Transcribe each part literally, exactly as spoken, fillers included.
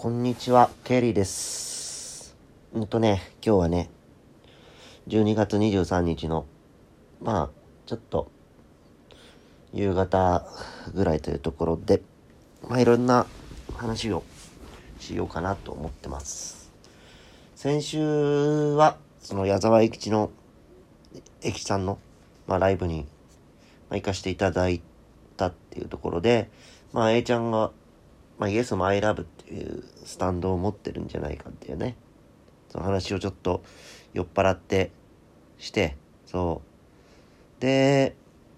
こんにちは、ケリーです。うんとね、今日はね、じゅうにがつにじゅうさんにちの、まあ、ちょっと、夕方ぐらいというところで、まあ、いろんな話をしようかなと思ってます。先週は、その矢沢永吉の、永吉さんの、まあ、ライブに、まあ、行かせていただいたっていうところで、まあ、A ちゃんが、まあ、イエスもアイラブっていうスタンドを持ってるんじゃないかっていうね、その話をちょっと酔っ払ってして、そうで、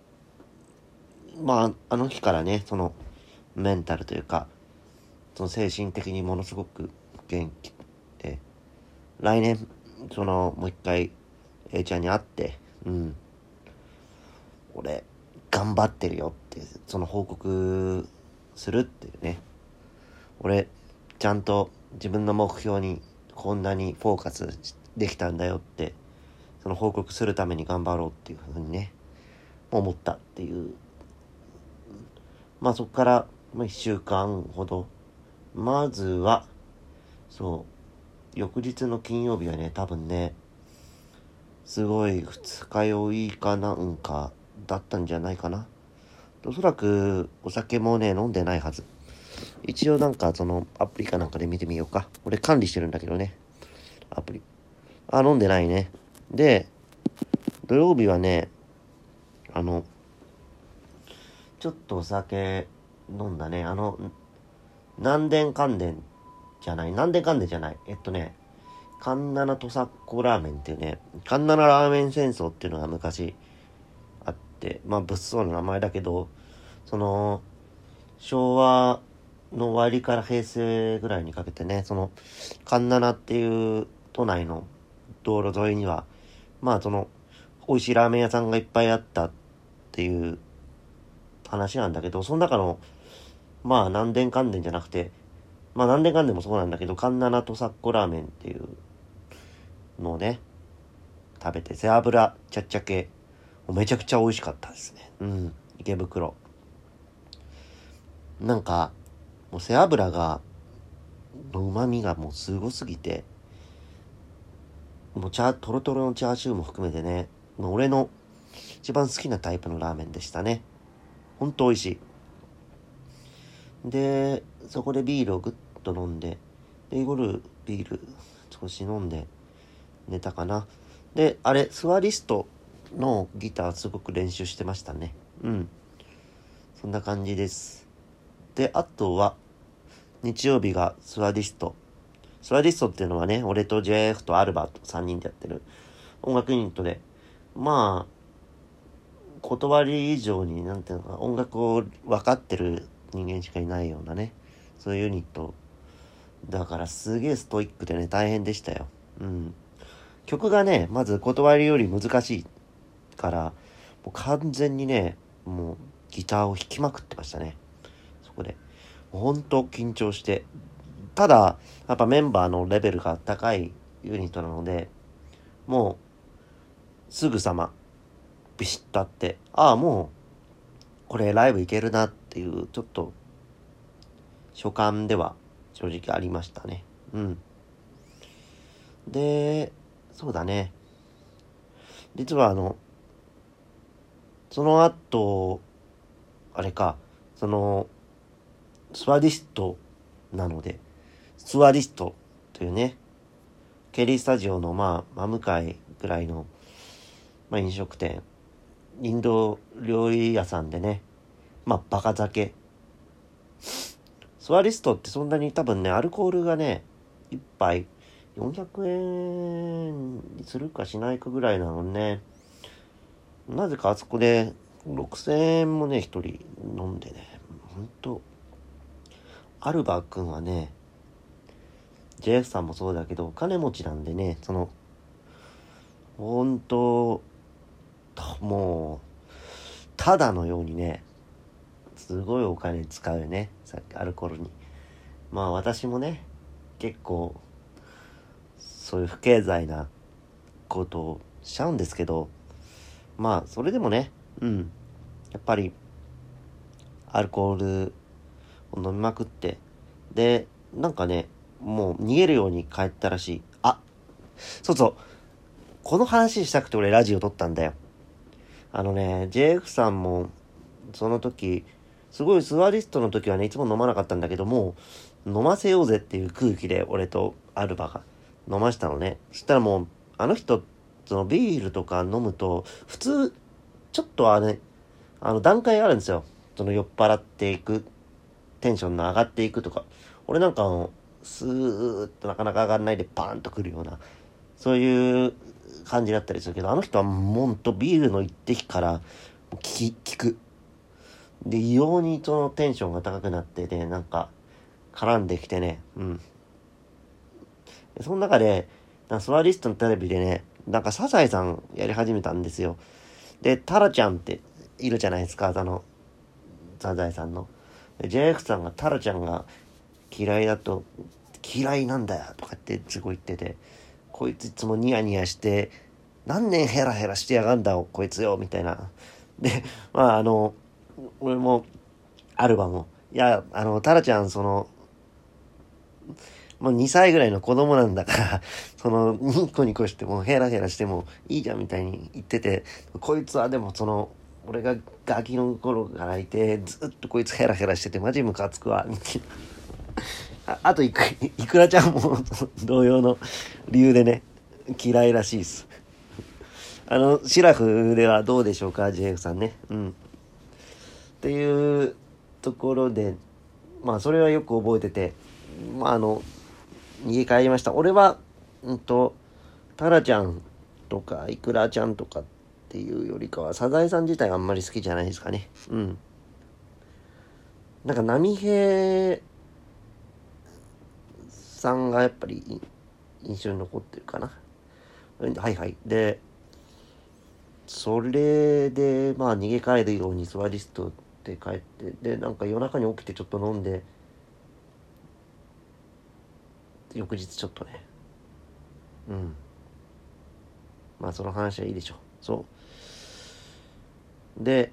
まああの日からね、そのメンタルというか、その精神的にものすごく元気で、来年そのもう一回 A ちゃんに会って、うん俺頑張ってるよってその報告するっていうね、俺ちゃんと自分の目標にこんなにフォーカスできたんだよって、その報告するために頑張ろうっていうふうにね思ったっていう。まあそこからいっしゅうかんほど、まずはそう翌日の金曜日はね、多分ねすごい二日酔いかなんかだったんじゃないかな。おそらくお酒もね飲んでないはず。一応なんかそのアプリかなんかで見てみようか。俺管理してるんだけどね、アプリ。あ、飲んでないね。で、土曜日はね、あのちょっとお酒飲んだね。あの南電関電じゃない南電関電じゃないえっとねカンナナトサッコラーメンっていうね、カンナナラーメン戦争っていうのが昔あって、まあ物騒な名前だけど、その昭和の終わりから平成ぐらいにかけてね、そのカンナナっていう都内の道路沿いには、まあその美味しいラーメン屋さんがいっぱいあったっていう話なんだけど、その中のまあ南電関電じゃなくて、まあ南電関電もそうなんだけど、カンナナトサッコラーメンっていうのをね食べて、背脂ちゃっちゃ系めちゃくちゃ美味しかったですね。うん、池袋なんかもう背脂がの旨味がもうすごすぎて、もうチャートロトロのチャーシューも含めてね、もう俺の一番好きなタイプのラーメンでしたね。ほんと美味しい。でそこでビールをグッと飲んで、で夜ビール少し飲んで寝たかな。であれスワリストのギターすごく練習してましたね。うん、そんな感じです。であとは日曜日がスワディスト。スワディストっていうのはね、俺と ジェイエフ とアルバートさんにんでやってる音楽ユニットで、まあ断り以上になんていうのか、音楽を分かってる人間しかいないようなね、そういうユニットだから、すげえストイックでね大変でしたよ。うん、曲がねまず断りより難しいから、もう完全にねもうギターを弾きまくってましたね、そこで。ほんと緊張して、ただやっぱメンバーのレベルが高いユニットなので、もうすぐさまビシッとあって、ああもうこれライブいけるなっていうちょっと所感では正直ありましたね。うん。でそうだね、実はあのその後あれか、そのスワディストなので、スワディストというねケリースタジオのまあ真向かいぐらいの、まあ、飲食店、インド料理屋さんでね、まあバカ酒、スワリストってそんなに多分ねアルコールがね一杯よんひゃくえんにするかしないかぐらいなのね、なぜかあそこでろくせんえんもね一人飲んでね、ほんとアルバー君はね ジェイエフ さんもそうだけどお金持ちなんでね、そのほんともうただのようにねすごいお金使うよね、さっきアルコールに。まあ私もね結構そういう不経済なことをしちゃうんですけど、まあそれでもね、うんやっぱりアルコールを飲みまくって、でなんかねもう逃げるように帰ったらしい。あ、そうそう。この話したくて俺ラジオ撮ったんだよ。あのね、ジェイエフ さんも、その時、すごいスワリストの時はね、いつも飲まなかったんだけども、飲ませようぜっていう空気で俺とアルバが飲ましたのね。そしたらもう、あの人、そのビールとか飲むと、普通、ちょっとはね、あの段階があるんですよ。その酔っ払っていく、テンションの上がっていくとか。俺なんかあの、スーッとなかなか上がらないでパーンとくるような、そういう感じだったりするけど、あの人はもんとビールの一滴から効き、効く。で、異様にそのテンションが高くなってね、なんか絡んできてね、うん。その中で、なんかスワリストのテレビでね、なんかサザエさんやり始めたんですよ。で、タラちゃんっているじゃないですか、あの、サザエさんの。で ジェイエフ さんがタラちゃんが嫌いだと、嫌いなんだよとかってすごい言ってて、こいついつもニヤニヤして、何年ヘラヘラしてやがんだこいつよ、みたいな。で、まああの、俺も、アルバも、いや、あの、タラちゃん、その、もうにさいぐらいの子供なんだから、その、ニコニコしてもヘラヘラしてもいいじゃんみたいに言ってて、こいつはでもその、俺がガキの頃からいて、ずっとこいつヘラヘラしててマジムカつくわ、みたいな。あ, あといく、いくらちゃんも同様の理由でね、嫌いらしいです。あの、シラフではどうでしょうか、ジェイエフ さんね。うん。っていうところで、まあそれはよく覚えてて、まああの、家帰りました。俺は、うんと、タラちゃんとか、イクラちゃんとかっていうよりかは、サザエさん自体があんまり好きじゃないですかね。うん。なんか、波平さんがやっぱり印象に残ってるかな。はいはい。で、それで、まあ逃げ帰るようにスワリストで帰って、で、なんか夜中に起きてちょっと飲んで、翌日ちょっとね、うん。まあその話はいいでしょう。そう。で、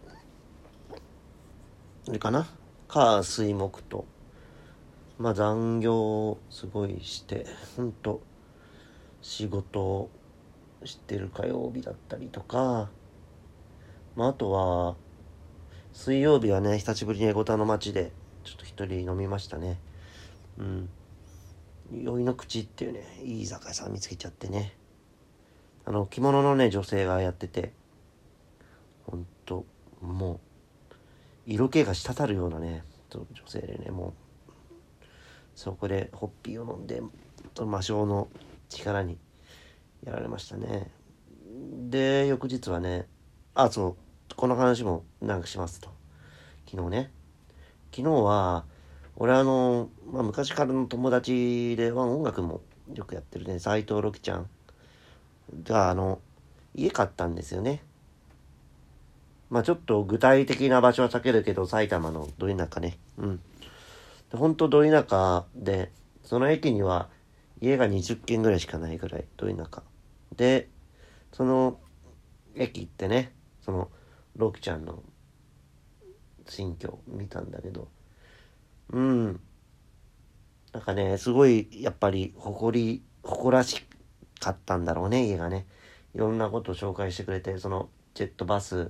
あれかな火水木と、まあ残業すごいして、ほんと仕事をしてる火曜日だったりとか、まああとは、水曜日はね、久しぶりにエゴタの街で、ちょっと一人飲みましたね。うん。酔いの口っていうね、いい居酒屋さん見つけちゃってね。あの、着物のね、女性がやってて、ほんと、もう、色気が滴るようなね、女性でね、もう、そこでホッピーを飲んで、魔性の力にやられましたね。で、翌日はね、あ、そう、この話もなんかしますと。昨日ね。昨日は、俺あの、まあ、昔からの友達で、まあ、音楽もよくやってるね、斎藤ロキちゃんが、あの、家買ったんですよね。まあちょっと具体的な場所は避けるけど、埼玉のど田舎ね。うん。ほんとど田舎で、その駅には家がにじゅっけんぐらいしかないぐらいど田舎。で、その駅行ってね、そのロキちゃんの新居見たんだけど、うん。なんかね、すごいやっぱり誇り、誇らしかったんだろうね、家がね。いろんなことを紹介してくれて、そのジェットバス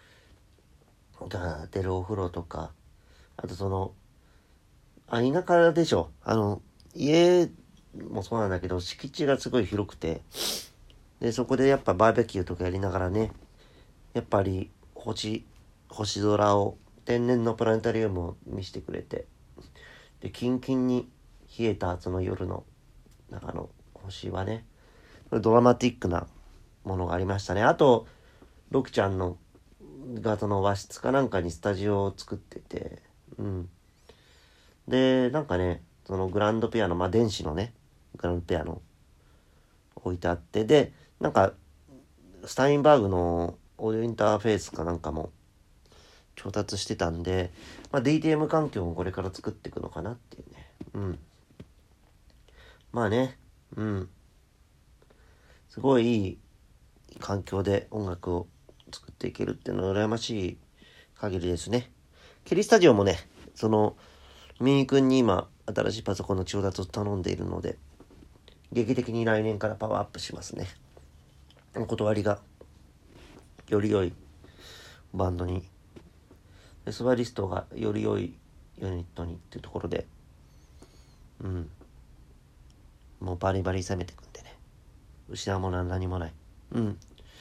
が出るお風呂とか、あとその、あ、田舎でしょ。あの、家もそうなんだけど、敷地がすごい広くて、で、そこでやっぱバーベキューとかやりながらね、やっぱり星、星空を、天然のプラネタリウムを見せてくれて、で、キンキンに冷えたその夜の、中の星はね、ドラマティックなものがありましたね。あと、ロキちゃんの、がその和室かなんかにスタジオを作ってて、うん。で、なんかね、そのグランドピアノ、まあ、電子のね、グランドピアノ置いてあって、で、なんか、スタインバーグのオーディオインターフェースかなんかも調達してたんで、まあ、ディーティーエム 環境もこれから作っていくのかなっていうね。うん。まあね、うん。すごいいい環境で音楽を作っていけるっていうのは羨ましい限りですね。ケリスタジオもね、その、みーくんに今、 新しいパソコンの調達を頼んでいるので、劇的に来年からパワーアップしますね。お断りがより良いバンドに、でスバリストがより良いユニットにっていうところで、うんもうバリバリ攻めていくんでね、失うものは何もない。うん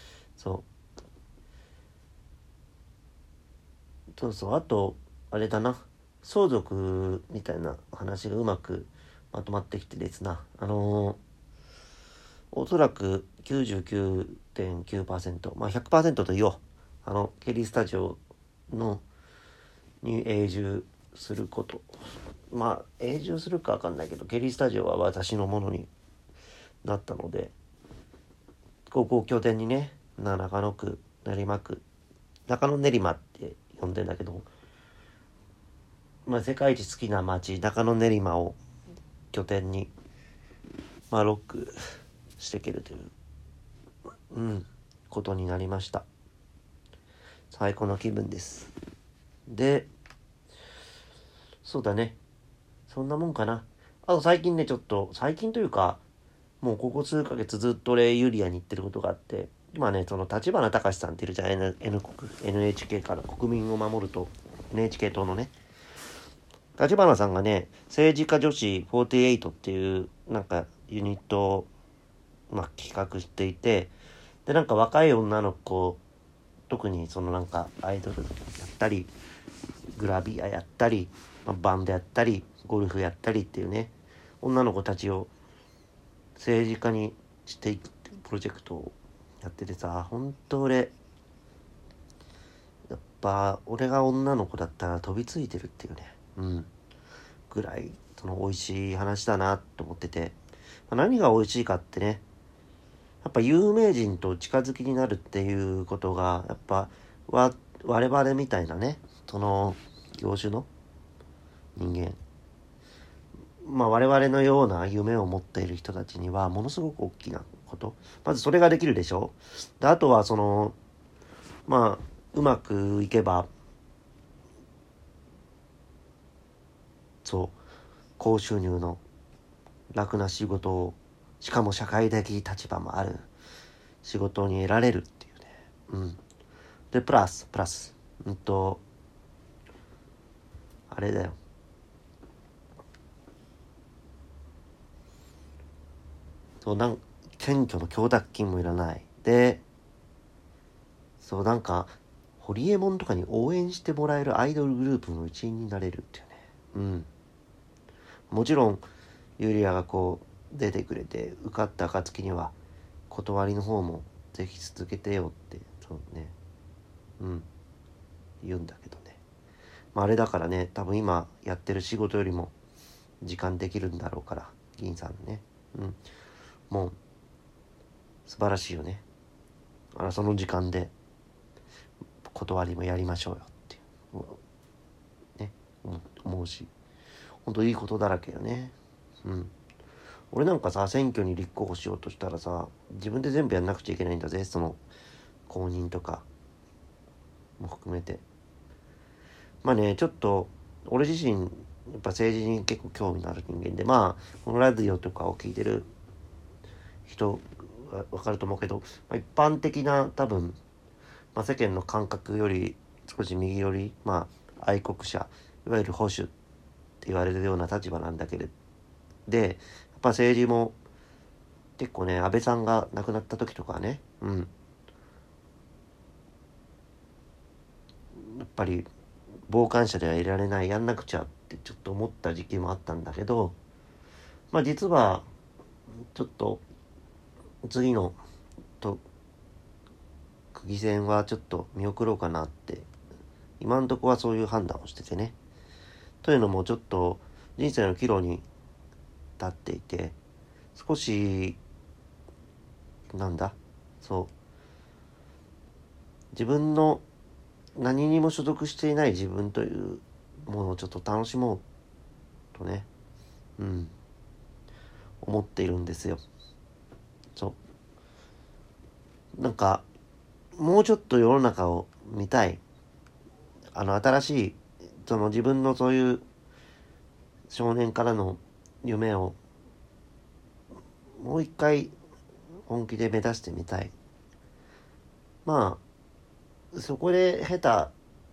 そうそうそう。あとあれだな、相続みたいな話がうまくまとまってきてですな、あのー、おそらく きゅうじゅうきゅうてんきゅうパーセント、まあ ひゃくパーセント と言おう、あのケリースタジオのに永住すること、まあ永住するか分かんないけど、ケリースタジオは私のものになったので、ここを拠点にね、中野区練馬区、中野練馬って呼んでんだけど、まあ世界一好きな街中野練馬を拠点にまあロックしていけるといううんことになりました。最高の気分です。でそうだね、そんなもんかな。あと最近ね、ちょっと最近というかもうここ数ヶ月ずっと俺ユリアに行ってることがあって、今ねその立花隆さんっているじゃん、 N, N 国 エヌエイチケー から国民を守ると エヌエイチケー 党のね、立花さんがね政治家女子よんじゅうはちっていうなんかユニットを、まあ、企画していて、でなんか若い女の子、特にそのなんかアイドルやったりグラビアやったり、まあ、バンドやったりゴルフやったりっていうね、女の子たちを政治家にしていくっていうプロジェクトをやっててさ、ほんと俺やっぱ俺が女の子だったら飛びついてるっていうね、うんぐらいその美味しい話だなと思ってて、まあ、何が美味しいかってね、やっぱ有名人と近づきになるっていうことがやっぱわ我々みたいなね、その業種の人間、まあ我々のような夢を持っている人たちにはものすごく大きなこと、まずそれができるでしょ。であとはそのまあうまくいけばそう高収入の楽な仕事を、しかも社会的立場もある仕事に得られるっていうね、うんでプラスプラスうんとあれだよ、そうなん謙虚の供託金もいらないで、そうなんかホリエモンとかに応援してもらえるアイドルグループの一員になれるっていうね、うんもちろんユリアがこう出てくれて受かった暁には断りの方もぜひ続けてよってそうねうん言うんだけどね、まあ、あれだからね、多分今やってる仕事よりも時間できるんだろうから、銀さんね、うんもう素晴らしいよね。あらその時間で断りもやりましょうよっていうね思うし、本当いいことだらけよね。うん俺なんかさ、選挙に立候補しようとしたらさ、自分で全部やんなくちゃいけないんだぜ、その公認とかも含めて。まあね、ちょっと俺自身やっぱ政治に結構興味のある人間で、まあこのラジオとかを聞いてる人は分かると思うけど、まあ、一般的な多分、まあ、世間の感覚より少し右寄り、まあ愛国者、いわゆる保守って言われるような立場なんだけれど、でやっぱ政治も結構ね、安倍さんが亡くなった時とかね、うんやっぱり傍観者ではいられない、やんなくちゃってちょっと思った時期もあったんだけど、まあ実はちょっと次のと区議選はちょっと見送ろうかなって今んとこはそういう判断をしててね。というのもちょっと人生の岐路に立っていて、少しなんだそう自分の何にも所属していない自分というものをちょっと楽しもうとね、うん思っているんですよ。そうなんかもうちょっと世の中を見たい、あの新しいその自分のそういう少年からの夢をもう一回本気で目指してみたい。まあそこで経た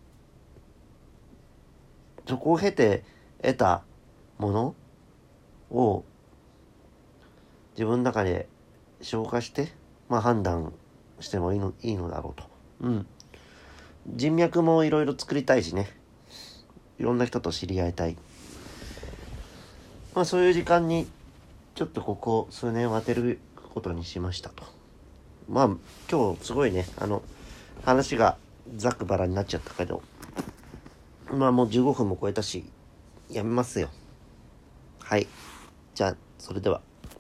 そこを経て得たものを自分の中で消化して、まあ判断してもいいの、いいのだろうと。うん。人脈もいろいろ作りたいしね。いろんな人と知り合いたい。まあそういう時間にちょっとここ数年を当てることにしましたと。まあ今日すごいね、あの話がざっくばらになっちゃったけど、まあもうじゅうごふんも超えたし、やめますよ。はい。じゃあそれでは。